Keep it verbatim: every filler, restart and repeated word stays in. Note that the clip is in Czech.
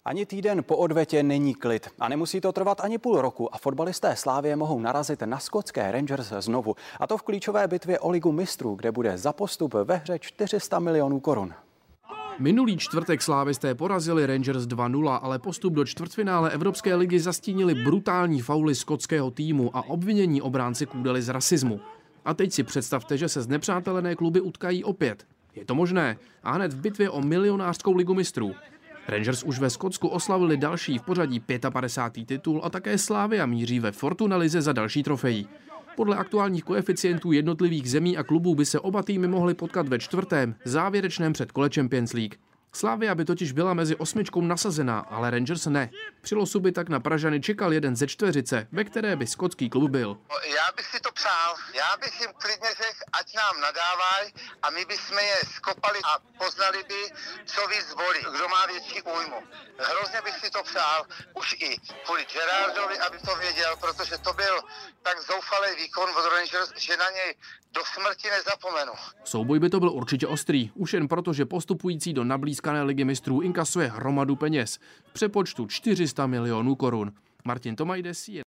Ani týden po odvetě není klid a nemusí to trvat ani půl roku a fotbalisté Slavie mohou narazit na skotské Rangers znovu. A to v klíčové bitvě o ligu mistrů, kde bude za postup ve hře čtyři sta milionů korun. Minulý čtvrtek slávisté porazili Rangers dva nula, ale postup do čtvrtfinále Evropské ligy zastínili brutální fauly skotského týmu a obvinění obránci Kůdely z rasismu. A teď si představte, že se znepřátelené kluby utkají opět. Je to možné? A hned v bitvě o milionářskou ligu mistrů. Rangers už ve Skotsku oslavili další v pořadí padesátý pátý titul a také Slavia míří ve Fortuna lize za další trofejí. Podle aktuálních koeficientů jednotlivých zemí a klubů by se oba týmy mohly potkat ve čtvrtém, závěrečném předkole Champions League. Slavia by totiž byla mezi osmičkou nasazená, ale Rangers ne. Při losu by tak na Pražany čekal jeden ze čtveřice, ve které by skotský klub byl. Já bych si to přál. Já bych jim klidně řekl, ať nám nadávají a my bychom je skopali a poznali by, co víc bolí, kdo má větší újmu. Hrozně bych si to přál, už i kvůli Gerardovi, aby to věděl, protože to byl tak zoufalý výkon od Rangers, že na něj do smrti nezapomenu. Souboj by to byl určitě ostrý, už jen proto, že postupující do nablízkané ligy mistrů inkasuje hromadu peněz v přepočtu čtyři sta milionů korun. Martin Tomajdes je